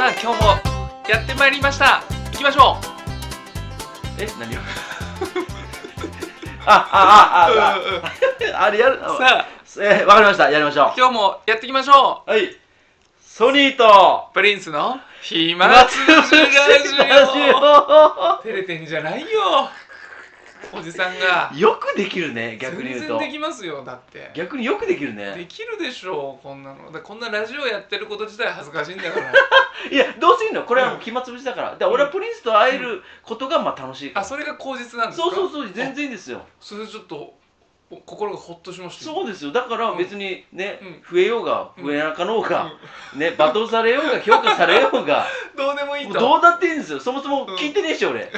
さあ今日もやってまいりました。行きましょう。何をあれやる。 さあ、わかりました。やりましょう。 今日もやっていきましょう。はい。ソニーとプリンスの暇つぶしラジオ。照れてんじゃないよ、おじさんが。 よくできるね、逆に言うと。 全然できますよ、だって。 逆によくできるね。 できるでしょう、こんなの。こんなラジオやってること自体恥ずかしいんだから。 いや、どうせいいの、これはもう暇つぶしだから。俺はプリンスと会えることがまあ楽しいから。 あ、それが口実なんですか？ そう、全然いいんですよ。 それちょっと心がほっとしました。 そうですよ。だから別にね、増えようが増えなかろうが、ね、罵倒されようが評価されようがどうでもいいと。 どうだっていいんですよ。そもそも聞いてねえし俺。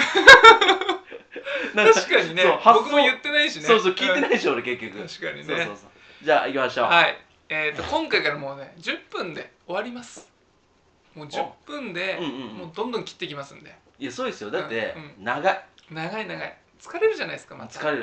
確かにね、僕も言ってないしね。 そう、聞いてないし俺結局。 確かにね。 じゃあ行きましょう。 はい。今回からもうね、10分で終わります。もう10分でもうどんどん切っていきますんで。 いや、そうですよ。だって長い。 疲れるじゃないですか。 疲れる。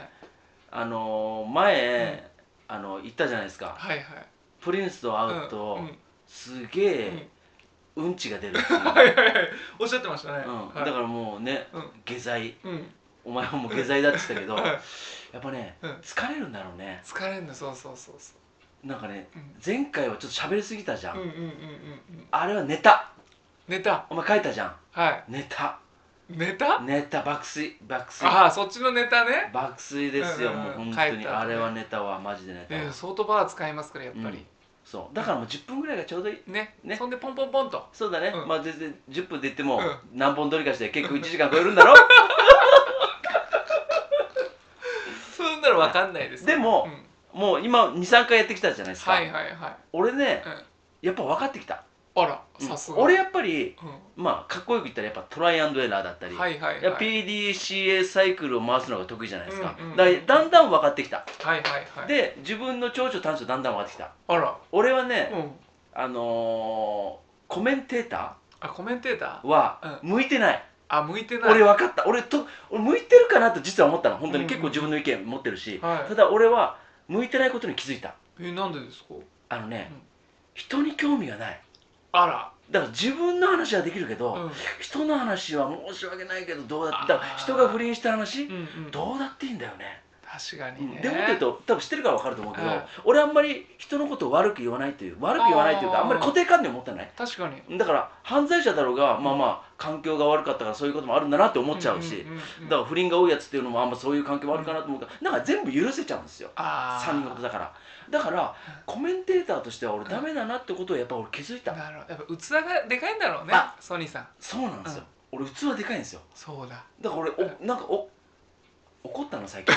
前言ったじゃないですか。 はいはい。 プリンスと会うとすげえうんちが出るっていう。 はいはいはい。おっしゃってましたね。 だからもうね、下剤。お前はもう下剤だって言ったけど、やっぱね、疲れるんだろうね。 疲れるんだ。そう。 なんかね、前回はちょっと喋りすぎたじゃん。あれはネタ。お前書いたじゃん。 はい。 ネタ爆睡。 ああ、そっちのネタね。 爆睡ですよ、もう本当に。あれはネタはマジでネタ。 相当パワー使いますからやっぱり。 そうだからもう10分ぐらいがちょうどいいね。そんでポンポンポンと。 そうだね。まあ全然10分で言っても何本撮りかして結構1時間超えるんだろ。 そうなら分かんないです。 でももう今23回やってきたじゃないですか。 はい。 俺ね、やっぱ分かってきた。 あら、さすが。 俺やっぱりまあかっこよく言ったらやっぱトライアンドエラーだったり、PDCA サイクルを回すのが得意じゃないですか。だんだん分かってきた。で自分の長所短所だんだん分かってきた。 あら。 俺はね、コメンテーターは向いてない。 向いてない。 俺分かった。俺向いてるかなと実は思ったの。本当に結構自分の意見持ってるし、ただ俺は向いてないことに気づいた。 なんでですか？ 人に興味がない。 あら。 だから自分の話はできるけど、人の話は申し訳ないけどどうだって、人が不倫した話どうだっていいんだよね。 確かにね。 でもって言うと多分知ってるから分かると思うけど、俺あんまり人のことを悪く言わないというか、あんまり固定観念を持ってない。 確かに。 だから犯罪者だろうが、まあ環境が悪かったからそういうこともあるんだなって思っちゃうし、だから不倫が多いやつっていうのもあんまそういう環境もあるかなと思うから、なんか全部許せちゃうんですよ、三人ごとだから。だからコメンテーターとしては俺ダメだなってことをやっぱ俺気づいた。 なるほど。やっぱ器がでかいんだろうね、ソニーさん。 そうなんですよ。俺器でかいんですよ。 そうだ。 だから俺なんか怒ったの最近。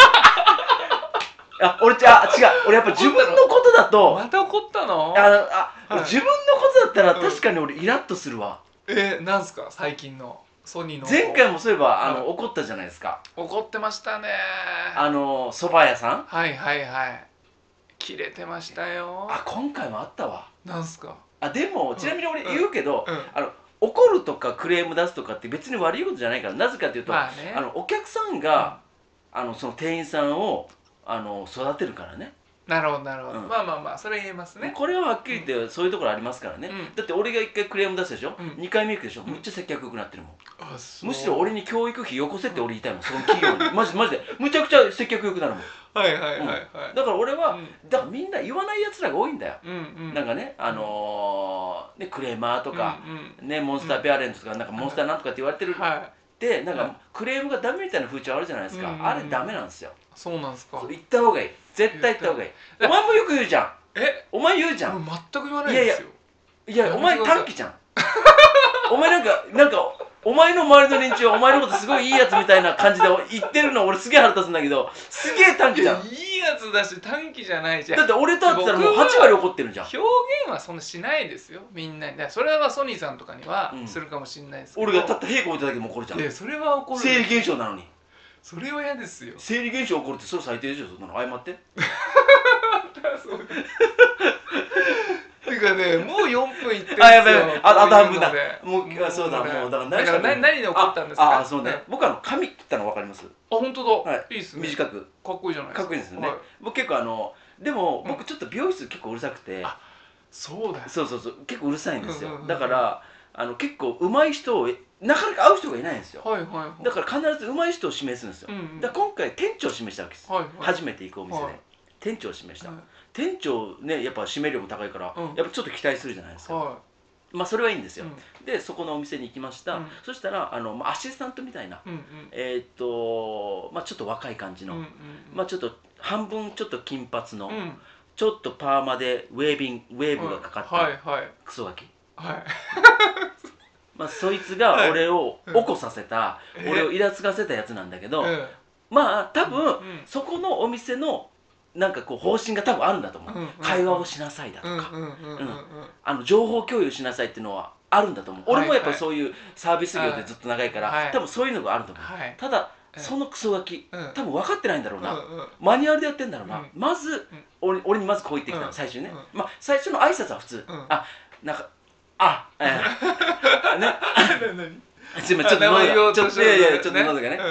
俺違う。俺やっぱ自分のことだと。 また怒ったの？ 自分のことだったら確かに俺イラッとするわ。 なんすか最近のソニーの。 前回もそういえば怒ったじゃないですか。 怒ってましたね。 蕎麦屋さん。 はい切れてましたよ。 今回もあったわ。 なんすか。 でもちなみに俺言うけど、怒るとかクレーム出すとかって別に悪いことじゃないから。なぜかというとお客さんがその店員さんを育てるからね。 なるほど。まあそれ言えますね。 これははっきり言ってそういうところありますからね。だって俺が1回クレーム出すでしょ、2回目行くでしょ、めっちゃ接客良くなってるもん。むしろ俺に教育費よこせって俺言いたいもん、その企業に。マジでむちゃくちゃ接客良くなるもん。だから俺はみんな言わないやつらが多いんだよ。なんかね、クレーマーとかモンスターペアレントとかなんかモンスターなんとかって言われてるで、なんかクレームがダメみたいな風潮あるじゃないですか。あれダメなんですよ。 そうなんですか。 言った方がいい。絶対言った方がいい。お前もよく言うじゃん。お前言うじゃん。 全く言わないですよ。 いやお前短気じゃん。お前なんかお前の周りの連中はお前のことすごいいいやつみたいな感じで言ってるの俺すげえ腹立つんだけど、すげえ短気じゃん。 いいやつだし短気じゃないじゃん。 だって俺と会ってたらもう8割怒ってるじゃん。 表現はそんなしないですよ、みんなに。それはソニーさんとかにはするかもしれないですけど、 俺がたった平行置いただけでも怒るじゃん。 それは怒る。 生理現象なのに。 それは嫌ですよ。 生理現象起こるってそれ最低でしょ。そんなの謝って。 てかね、もう4分いってるんですよ。 やばい、あと半分だ。もうそうだ、もうだから何で怒ったんですか？ そうね。僕髪切ったの分かります？ 本当だ。いいっすね。 短く。 かっこいいじゃないですか。 かっこいいですよね。僕結構でも僕ちょっと美容室結構うるさくて。 そうだよ。 そうそうそう、結構うるさいんですよ。 うんうんうんうんだから結構上手い人をなかなか会う人がいないんですよ。 はいはいはい。 だから必ず上手い人を指名するんですよ。 うんうん、 だから今回店長を指名したわけです。 はいはい、 初めて行くお店で、 はい、 店長を指名した、 はい、 店長ね、やっぱ指名料も高いから、 うん、 やっぱちょっと期待するじゃないですか。 はまあそれはいいんですい、 よ。 うん、 でそこのお店に行きました、 うん、 そしたらまあ、アシスタントみたいな、 うんうん、 まあ、ちょっと若い感じの、 うんうん、 まあちょっと半分ちょっと金髪の、 うん、 ちょっとパーマでウェーブがかかった、 はいはい、 クソガキ、 はい、 まあそいつが俺を起こさせた、 うん、 俺をイラつかせたやつなんだけど、 うん、 まあ多分、 うん、 そこのお店のなんかこう方針が多分あるんだと思う、 うん、 会話をしなさいだとか、情報共有しなさいっていうのはあるんだと思う、 はいはい、 俺もやっぱりそういうサービス業でずっと長いから、 はい、 多分そういうのがあると思う、 はい、 ただそのクソガキ、 うん、 多分分かってないんだろうな、 うんうん、 マニュアルでやってんだろうな、 うん、 まず、俺にまずこう言ってきたの、 うん、 最初にね、 うん、 まあ最初の挨拶は普通、 うん、 あ、なんかねすいません、ちょっと名前言おうちょとしてるっといやいや、ちょっと喉がね、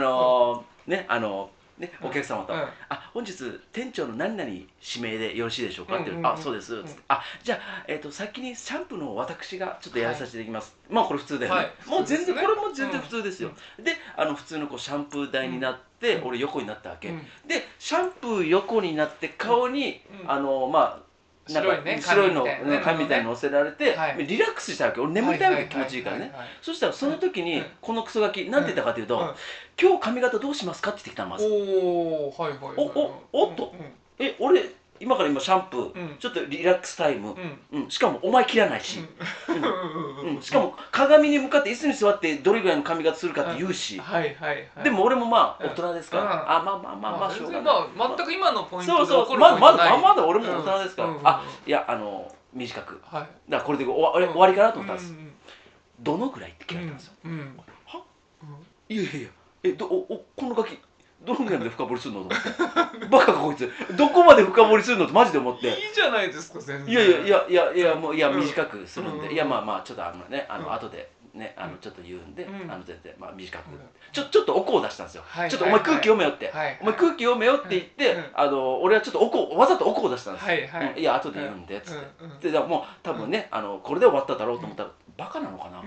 うんね、お客様と、 うん、 本日店長の何々指名でよろしいでしょうかって言う、 うんうんうん、 あ、そうですっつって、 うん、 じゃあ、先にシャンプーの私がちょっとやらさせていただきます、まあこれ普通だよね、 はい、 もう全然、 そうですね、 これも全然普通ですよ、で普通のこうシャンプー台になって、俺横になったわけ、でシャンプー横になって顔に、まあなんか白いの紙みたいに乗せられて、リラックスしたわけ、俺眠りたいわけ、気持ちいいからね。そしたらその時にこのクソガキ何て言ったかというと、今日髪型どうしますかって言ってきたの、まず。おっと、俺今からシャンプー、ちょっとリラックスタイム、しかもお前切らないし、しかも鏡に向かって椅子に座ってどれぐらいの髪型するかって言うし、でも俺もまあ大人ですから、まあしょうがない、 全く今のポイントでそうそう、まだ俺も大人ですから、いや短く、だからこれで終わりかなと思ったんです。どのぐらいって聞かれたんですよ。はいやいやいや、このガキどのぐらいまで深掘りするのと思ってバカかこいつ、どこまで深掘りするのってマジで思って、 いいじゃないですか全然。 いやもう短くするんで、いやまあちょっと後でねちょっと言うんで、全然まあ短く、ちょっとおこを出したんですよ。ちょっとお前空気読めよって、お前空気読めよって言って、俺はちょっとわざとおこを出したんですよ。いや後で言うんでっつって、でもう多分ねこれで終わっただろうと思ったら、バカなのかな、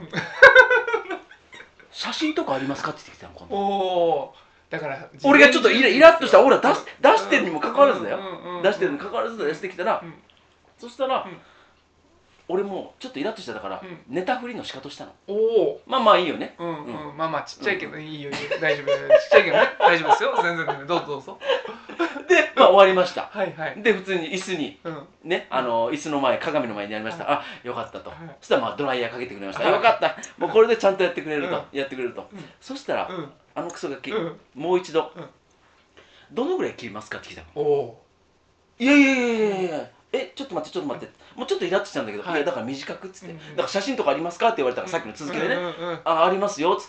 写真とかありますかって言ってきたの、今度。 おー、だから俺がちょっとイラッとしたオーラ出してるにもかかわらずだよ、出してるにもかかわらず出してきたら、そしたら俺もちょっとイラッとしてたからネタ振りの仕方したの。おお、まあいいよね、 まあちっちゃいけどいいよ、大丈夫、ちっちゃいけどね、大丈夫ですよ、全然どうぞどうぞ。 でまあ終わりました。 はいはい。 で普通に椅子にね、椅子の前、鏡の前にやりました。あ、よかったと。そしたらまあドライヤーかけてくれました。よかった、もうこれでちゃんとやってくれると、そしたらクソガキもう一度どのぐらい切りますかって聞いたの。おお、いやちょっと待ってもうちょっとイラッとしたんだけど、いやだから短くっつって、だから写真とかありますかって言われたから、さっきの続きでね、ありますよっつって、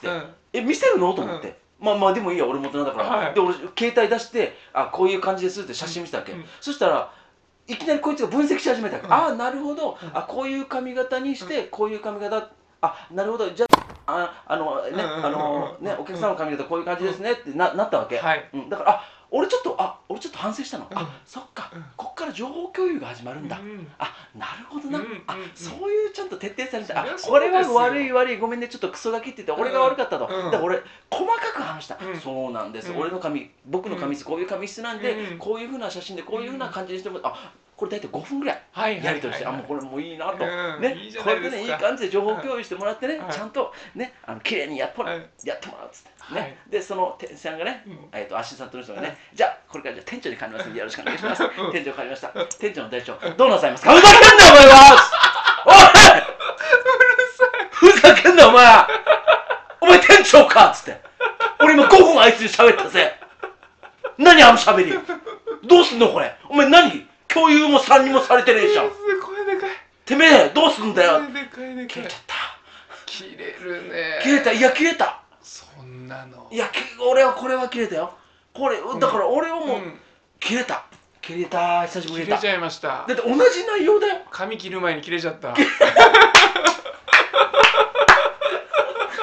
見せるのと思って、まあでもいいや、俺も大人だから、で俺携帯出して、こういう感じですって写真見せたわけ。そしたらいきなりこいつが分析し始めたわけ。なるほど、こういう髪型にしてこういう髪型、なるほど、じゃあお客さんの髪型こういう感じですねってなったわけ。だから俺ちょっと反省したの。そっか、こっから情報共有が始まるんだ。なるほどな。そういうちゃんと徹底された。これは悪い、ごめんね、ちょっとクソガキって言って俺が悪かったと。だから俺細かく話した。そうなんです、僕の髪質こういう髪質なんで、こういうふうな写真でこういうふうな感じにしてもこれ大体5分ぐらいやり取りして、もうこれもういいなとね、これでねいい感じで情報共有してもらってね、ちゃんとね綺麗にやってもらうっつってね。でその店員さんがね、アシスタントの人がね、じゃあこれからじゃあ店長に変わりますんでよろしくお願いします。店長変わりました。店長の大将どうなさいますか。ふざけんなお前は。おい、ふざけんなお前。お前店長かっつって、俺今5分あいつに喋ったぜ。何あの喋り、どうすんのこれ、お前何共有も3にもされてねえじゃん。 声でかい。 てめえどうすんだよ。 切れちゃった。切れるね。 切れた。いや切れた。 そんなの。 いや俺はこれは切れたよ。これだから俺はもう切れた。久しぶりに切れちゃいました。 だって同じ内容だよ。 髪切る前に切れちゃった。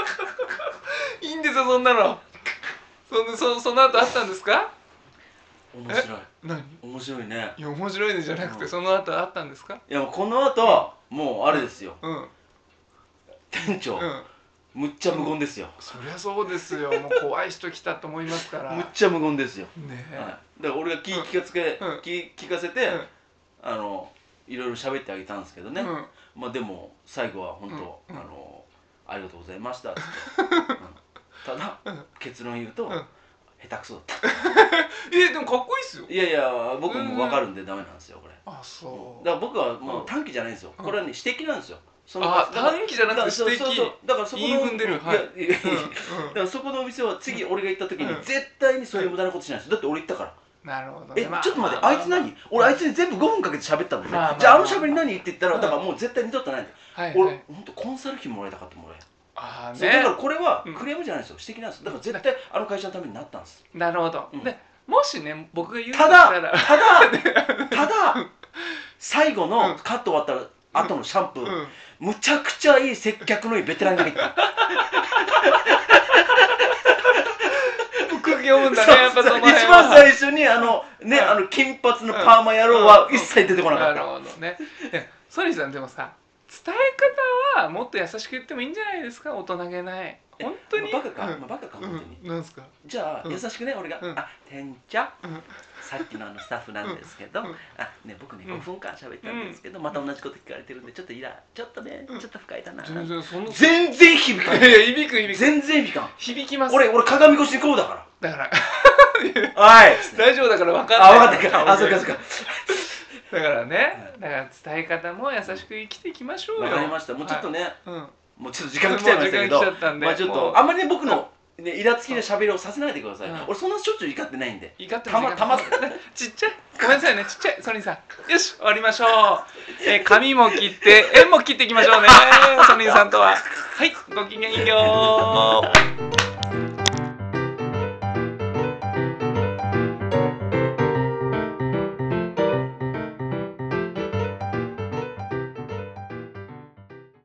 いいんですよそんなの。その後あったんですか。 面白い。 何？ 面白いね。 いや面白いねじゃなくて、 うんその後あったんですか？ いやもうこの後、もうあれですよ。 うん店長、 うん。 むっちゃ無言ですよ。 そりゃそうですよ。もう怖い人来たと思いますから。 むっちゃ無言ですよ。 ねえ。 はい。だから俺が聞かせて、いろいろ喋ってあげたんですけどね。まあでも最後は本当、ありがとうございましたって。ただ結論言うと、下手くそだった。 でもかっこいいっすよ。 いやいや、僕も分かるんでダメなんですよこれ。 あ、そう。 だから僕はもう短期じゃないんですよ。これはね指摘なんですよ。 あ、短期じゃなくて指摘。 だからそこの、 言い踏んでる。はい。 だからそこのお店は次俺が行った時に絶対にそういう無駄なことしないです。だって俺行ったから。 なるほど。 ちょっと待って、あいつ何？俺あいつに全部5分かけて喋ったのね。じゃあ喋り何って言ったら、だからもう絶対二度とないんだよ。俺本当コンサル費もらいたかったもん俺。 ああね。だからこれはクレームじゃないですよ。指摘なんです。だから絶対あの会社のためになったんです。 なるほど。で、もしね、僕が言うとたしたら、 ただ最後のカット終わったら後のシャンプー、むちゃくちゃいい接客のいいベテランが入った。 空気読むんだね、やっぱその辺は。 一番最初に金髪のパーマ野郎は一切出てこなかった。 なるほどね。ソニーさんでもさ、伝え方はもっと優しく言ってもいいんじゃないですか？大人げない。本当に。 バカか本当に。 なんですか？ じゃあ優しくね、俺が店長、さっきのスタッフなんですけど、僕ね5分間喋ったんですけど、また同じこと聞かれてるんでちょっと不快だな。全然響かない。 響く。 全然響かん。 響きます。 俺鏡越しにこうだから。 だから。 はい。 大丈夫だから分かんない。 分かったか。そっか。 だからね、伝え方も優しく生きていきましょうよ。 わかりました。もうちょっとね、もうちょっと時間来ちゃいましたけど、まあちょっとあんまりね僕のイラつきな喋りをさせないでください。俺そんなしょっちゅう怒ってないんで。 怒ってたまちっちゃい。ごめんなさいね、ちっちゃいソニーさん。よし終わりましょう。髪も切って縁も切っていきましょうね、ソニーさんとは。はい、ごきげんよう。